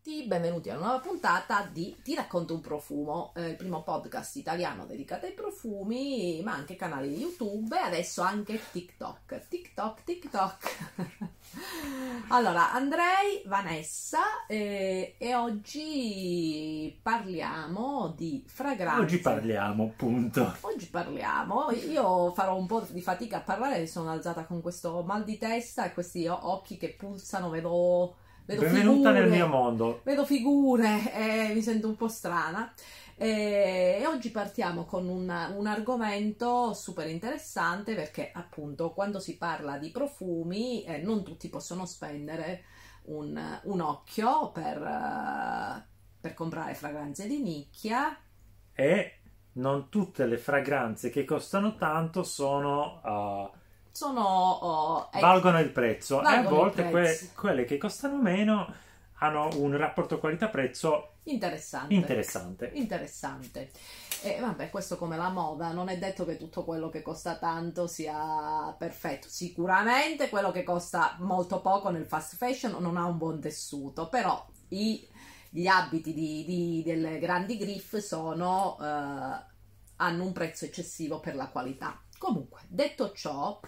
tutti, benvenuti a una nuova puntata di Ti racconto un profumo, il primo podcast italiano dedicato ai profumi, ma anche canale di YouTube e adesso anche TikTok. Allora, Andrei, Vanessa e oggi parliamo di fragranze. Oggi parliamo, punto. Oggi parliamo, io farò un po' di fatica a parlare, sono alzata con questo mal di testa e questi occhi che pulsano, vedo Benvenuta figure, nel mio mondo. Vedo figure e mi sento un po' strana. E oggi partiamo con un argomento super interessante perché appunto quando si parla di profumi non tutti possono spendere un occhio per comprare fragranze di nicchia. E non tutte le fragranze che costano tanto valgono il prezzo. E a volte quelle che costano meno hanno un rapporto qualità-prezzo interessante. E vabbè, questo come la moda, non è detto che tutto quello che costa tanto sia perfetto. Sicuramente quello che costa molto poco nel fast fashion non ha un buon tessuto, però gli abiti delle grandi griff hanno un prezzo eccessivo per la qualità. Comunque, detto ciò,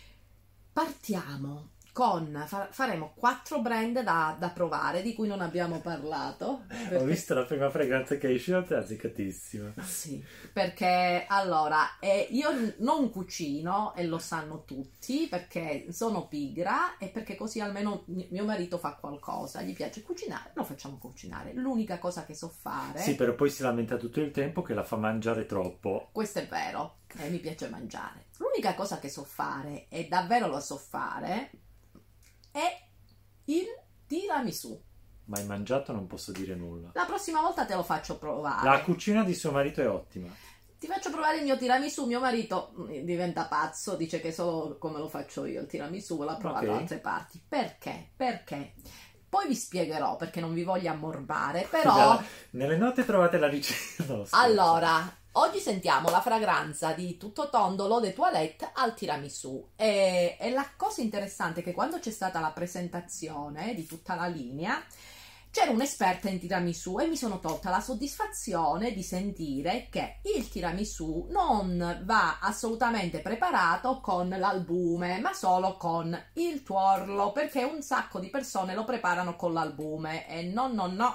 partiamo faremo 4 brand da provare di cui non abbiamo parlato. Ho visto la prima fragranza che è uscita, è azzeccatissima. Sì, perché allora io non cucino e lo sanno tutti perché sono pigra e perché così almeno mio marito fa qualcosa, gli piace cucinare, lo facciamo cucinare. L'unica cosa che so fare... Sì, però poi si lamenta tutto il tempo che la fa mangiare troppo. Questo è vero, mi piace mangiare. L'unica cosa che so fare, e davvero lo so fare, è il tiramisù. Ma hai mangiato, non posso dire nulla. La prossima volta te lo faccio provare. La cucina di suo marito è ottima. Ti faccio provare il mio tiramisù. Mio marito diventa pazzo, dice che solo come lo faccio io il tiramisù, l'ha provato da altre parti. Perché? Poi vi spiegherò, perché non vi voglio ammorbare, però... Nelle note trovate la ricetta. No, allora, oggi sentiamo la fragranza di Tutto Tondo L'Eau de Toilette al tiramisù. E la cosa interessante è che quando c'è stata la presentazione di tutta la linea, c'era un'esperta in tiramisù e mi sono tolta la soddisfazione di sentire che il tiramisù non va assolutamente preparato con l'albume, ma solo con il tuorlo, perché un sacco di persone lo preparano con l'albume e no.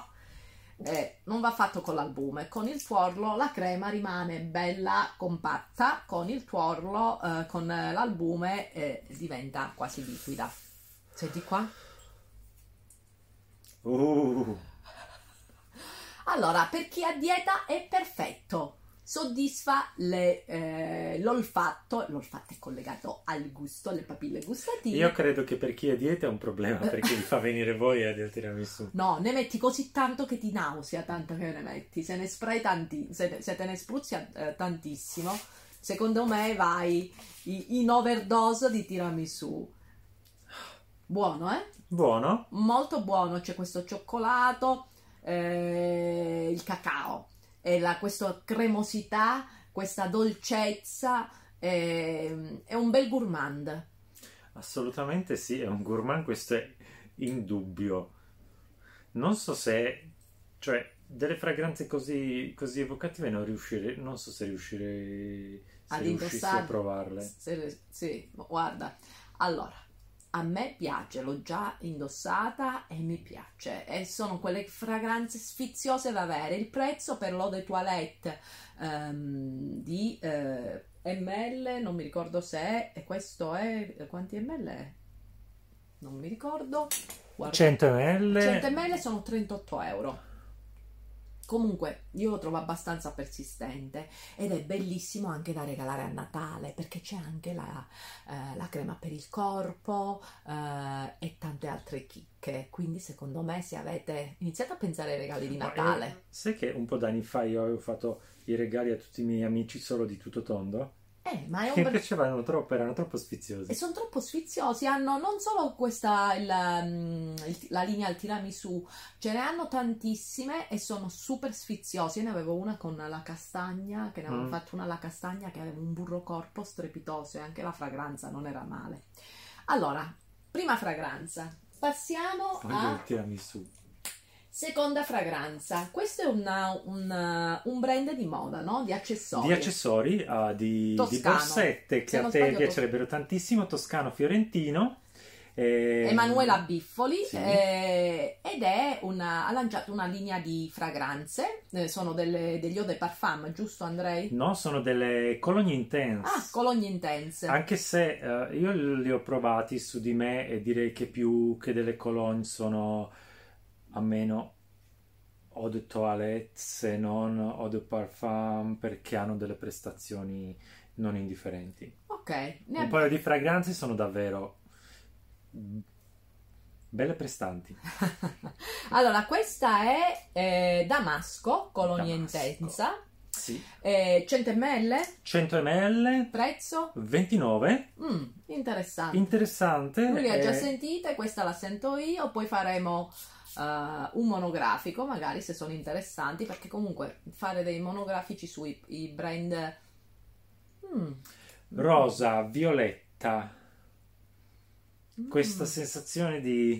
Non va fatto con l'albume. Con il tuorlo la crema rimane bella compatta, con il tuorlo, con l'albume diventa quasi liquida. Senti qua? Allora, per chi ha dieta è perfetto, soddisfa l'olfatto è collegato al gusto, alle papille gustative. Io credo che per chi ha dieta è un problema, perché vi fa venire voglia del tiramisù. No, ne metti così tanto che ti nausea, tanto che ne metti, se ne spray se te ne spruzzi tantissimo, secondo me vai in overdose di tiramisù. Buono, eh? Buono? Molto buono, c'è questo cioccolato, il cacao, e questa cremosità, questa dolcezza, è un bel gourmand. Assolutamente sì, è un gourmand, questo è indubbio. Non so se, cioè, delle fragranze così evocative non so se riuscirei a provarle. Sì, guarda, allora, a me piace, l'ho già indossata e mi piace, e sono quelle fragranze sfiziose da avere. Il prezzo per l'Eau de Toilette di ml, non mi ricordo se è, questo è, quanti ml è? Non mi ricordo. Guarda, 100 ml. 100 ml sono 38 euro. Comunque io lo trovo abbastanza persistente ed è bellissimo anche da regalare a Natale, perché c'è anche la crema per il corpo e tante altre chicche. Quindi secondo me, se avete iniziato a pensare ai regali di Natale, sai che un po' d'anni fa io avevo fatto i regali a tutti i miei amici solo di Tutto Tondo? ma è mi piacevano troppo, erano troppo sfiziosi. E sono troppo sfiziosi, hanno non solo questa la linea al tiramisù, ce ne hanno tantissime e sono super sfiziosi. Io ne avevo una con la castagna, che ne avevo fatto una alla castagna che aveva un burro corpo strepitoso e anche la fragranza non era male. Allora, prima fragranza, passiamo al tiramisù. Seconda fragranza, questo è un brand di moda, no? Di accessori. Di accessori, di borsette che Se a non te sbaglio, piacerebbero tantissimo, toscano-fiorentino. Emanuela Biffoli, Sì. ed ha lanciato una linea di fragranze, sono degli eau de parfum, giusto Andrei? No, sono delle cologne intense. Ah, Cologne Intense. Anche se io li ho provati su di me e direi che più che delle cologne sono a meno eau de toilette se non eau de parfum, perché hanno delle prestazioni non indifferenti. Ok, Un paio di fragranze sono davvero belle prestanti. Allora, questa è Damasco, Colonia Damasco. Intensa, Sì. 100 ml, 100 ml, prezzo? 29. Interessante. Interessante. Lui le ha già sentite, questa la sento io, poi faremo un monografico, magari se sono interessanti, perché comunque fare dei monografici sui i brand... Rosa, violetta. Questa sensazione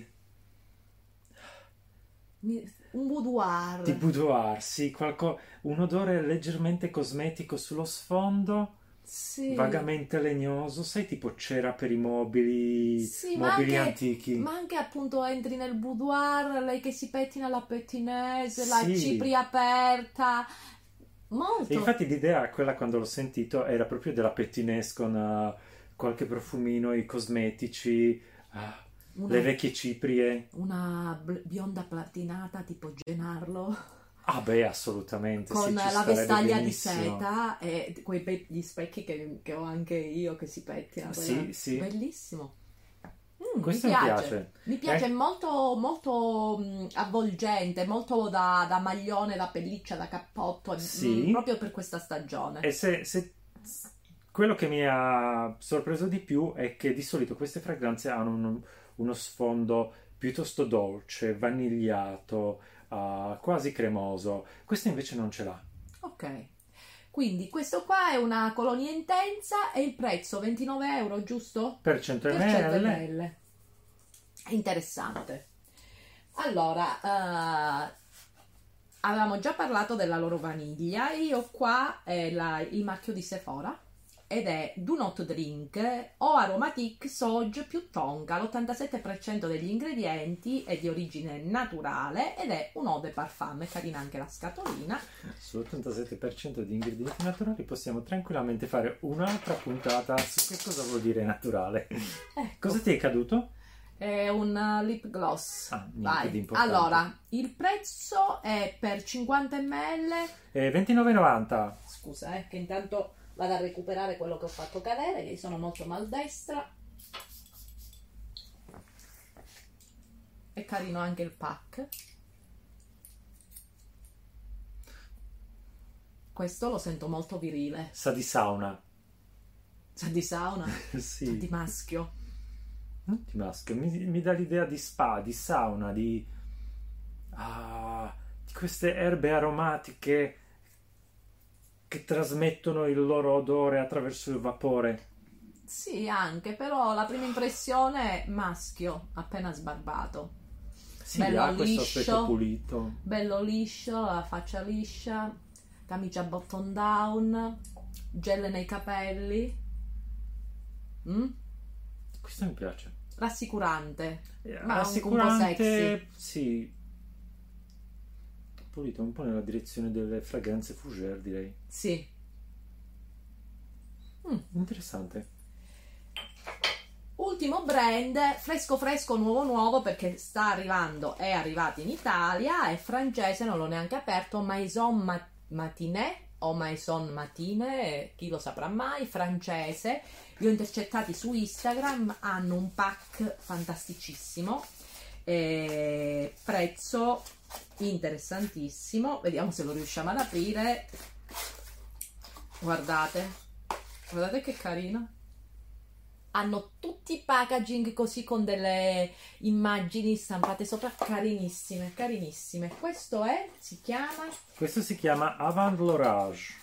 un boudoir. di boudoir, sì, un odore leggermente cosmetico sullo sfondo, Sì. vagamente legnoso, sai, tipo cera per i mobili, Sì, mobili antichi. ma anche appunto entri nel boudoir, lei che si pettina la pettinese, la Sì. cipria aperta, E molto. infatti l'idea, quella quando l'ho sentito, era proprio della pettinese con qualche profumino, i cosmetici, le vecchie ciprie. Una bionda platinata tipo Gennaro, Ah beh, assolutamente, con sì, ci la starebbe vestaglia di benissimo. seta e gli specchi che ho anche io che si pettina. Sì, sì. Bellissimo. Questo mi piace. Mi piace, è molto, molto avvolgente, molto da maglione, da pelliccia, da cappotto, Sì. proprio per questa stagione. E quello che mi ha sorpreso di più è che di solito queste fragranze hanno uno sfondo piuttosto dolce, vanigliato, quasi cremoso. Questa invece non ce l'ha. Ok, quindi questo qua è una colonia intensa e il prezzo 29 euro, giusto? Per 100 Per 100 ml. ml. Interessante. Allora, avevamo già parlato della loro vaniglia. Io qua è il marchio di Sephora ed è Do Not Drink o Aromatique Soge più Tonka. L'87% degli ingredienti è di origine naturale ed è un eau de parfum. È carina anche la scatolina. Sull'87% di ingredienti naturali possiamo tranquillamente fare un'altra puntata su che cosa vuol dire naturale. Ecco. Cosa ti è caduto? È un lip gloss. Niente Vai. di importante. Allora, il prezzo è per 50 ml. 29,90. Scusa, che intanto vado a recuperare quello che ho fatto cadere, che sono molto maldestra. È carino anche il pack. Questo lo sento molto virile. Sa di sauna. Sa di sauna, Sì. sa di maschio. Di maschio. Mi dà l'idea di spa, di sauna, di queste erbe aromatiche che trasmettono il loro odore attraverso il vapore. Sì, anche, però la prima impressione è maschio, appena sbarbato. Sì, Bello ha questo liscio. aspetto pulito. Bello liscio, la faccia liscia, camicia button down, gel nei capelli. Questo mi piace. Rassicurante, ma Rassicurante, un po' sexy. sì. Pulito un po' nella direzione delle fragranze fougère, direi. Sì. Interessante. Ultimo brand, fresco fresco, nuovo nuovo, perché sta arrivando, è arrivato in Italia, è francese, non l'ho neanche aperto, Maison Matinée o Maison Matine, chi lo saprà mai, francese. Li ho intercettati su Instagram, hanno un pack fantasticissimo, prezzo interessantissimo, vediamo se lo riusciamo ad aprire. Guardate che carino, hanno tutti i packaging così con delle immagini stampate sopra, carinissime, carinissime. Questo si chiama Avant l'orage.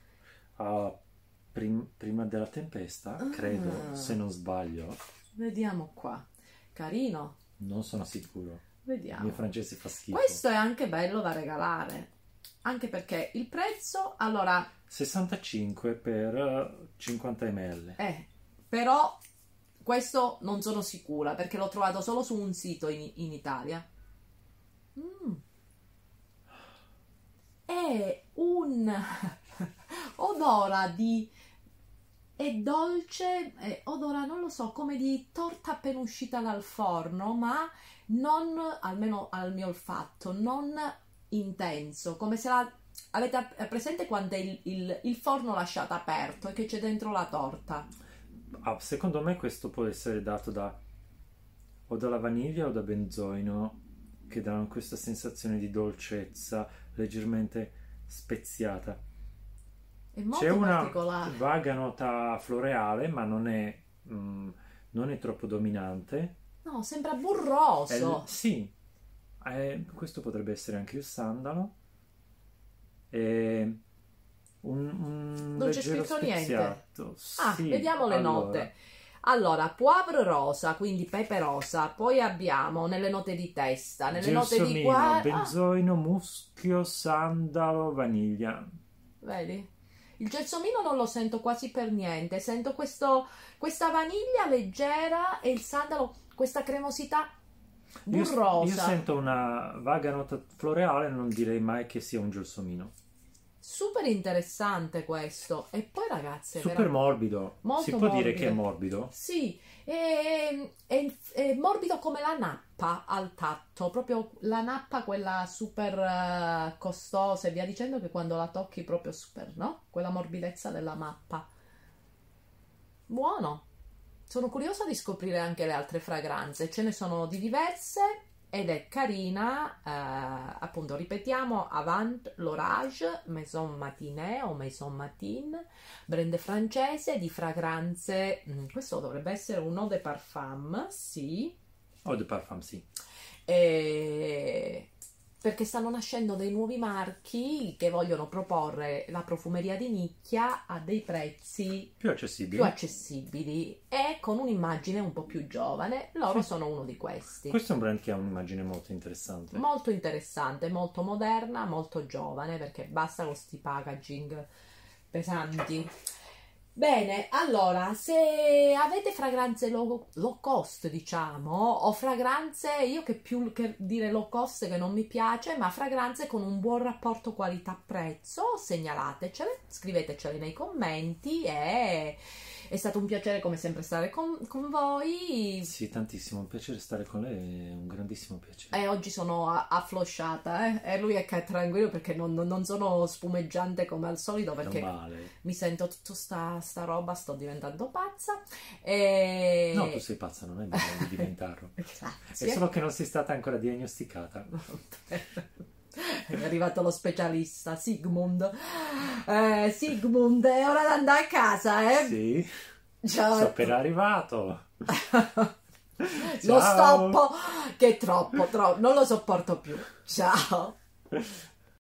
Prima della tempesta, credo, se non sbaglio. Vediamo qua, carino. Non sono sicuro. Vediamo. Il mio francese fa schifo. Questo è anche bello da regalare, anche perché il prezzo, allora... 65 per 50 ml. Però questo non sono sicura, perché l'ho trovato solo su un sito in Italia. È un odora di... è dolce, odora, non lo so, come di torta appena uscita dal forno, ma non, almeno al mio olfatto, non intenso, come se avete presente quando è il forno lasciato aperto e che c'è dentro la torta? Secondo me questo può essere dato o dalla vaniglia o da benzoino, che danno questa sensazione di dolcezza leggermente speziata. È molto C'è una particolare. vaga nota floreale, ma non è troppo dominante. No, sembra burroso. Sì, questo potrebbe essere anche il sandalo. Un Non c'è leggero scritto niente. speziato. Sì, Vediamo le note. Allora, poivre rosa, quindi pepe rosa. Poi abbiamo nelle note di testa, nelle note di qua. Benzoino, muschio, sandalo, vaniglia. Vedi? Il gelsomino non lo sento quasi per niente. Sento questa vaniglia leggera e il sandalo, questa cremosità burrosa. Io sento una vaga nota floreale, non direi mai che sia un gelsomino. Super interessante questo. E poi ragazze, super morbido. Molto si può morbido. dire che è morbido? Sì, è morbido come la nappa al tatto, proprio la nappa quella super costosa e via dicendo, che quando la tocchi proprio super, no? Quella morbidezza della mappa. Buono. Sono curiosa di scoprire anche le altre fragranze, ce ne sono di diverse. Ed è carina, appunto ripetiamo, Avant l'Orage, Maison Matinée o Maison Matin, brand francese di fragranze, questo dovrebbe essere un eau de parfum, sì. Eau de parfum, sì. Perché stanno nascendo dei nuovi marchi che vogliono proporre la profumeria di nicchia a dei prezzi più accessibili e con un'immagine un po' più giovane. Loro sono uno di questi. Questo è un brand che ha un'immagine molto interessante. Molto interessante, molto moderna, molto giovane, perché basta con sti packaging pesanti. Bene, allora, se avete fragranze low cost, diciamo, o fragranze, io che più che dire low cost che non mi piace, ma fragranze con un buon rapporto qualità-prezzo, segnalatecele, scrivetecele nei commenti e è stato un piacere come sempre stare con voi. Sì, tantissimo, un piacere stare con lei, è un grandissimo piacere. E oggi sono afflosciata, e lui è tranquillo perché non sono spumeggiante come al solito, perché mi sento tutta sta roba, sto diventando pazza. No, tu sei pazza, non è male di diventarlo. Grazie. È solo che non sei stata ancora diagnosticata. È arrivato lo specialista Sigmund. Sigmund, è ora di andare a casa, Sì. Ciao. Sto appena arrivato. Lo stoppo che è troppo, non lo sopporto più. Ciao.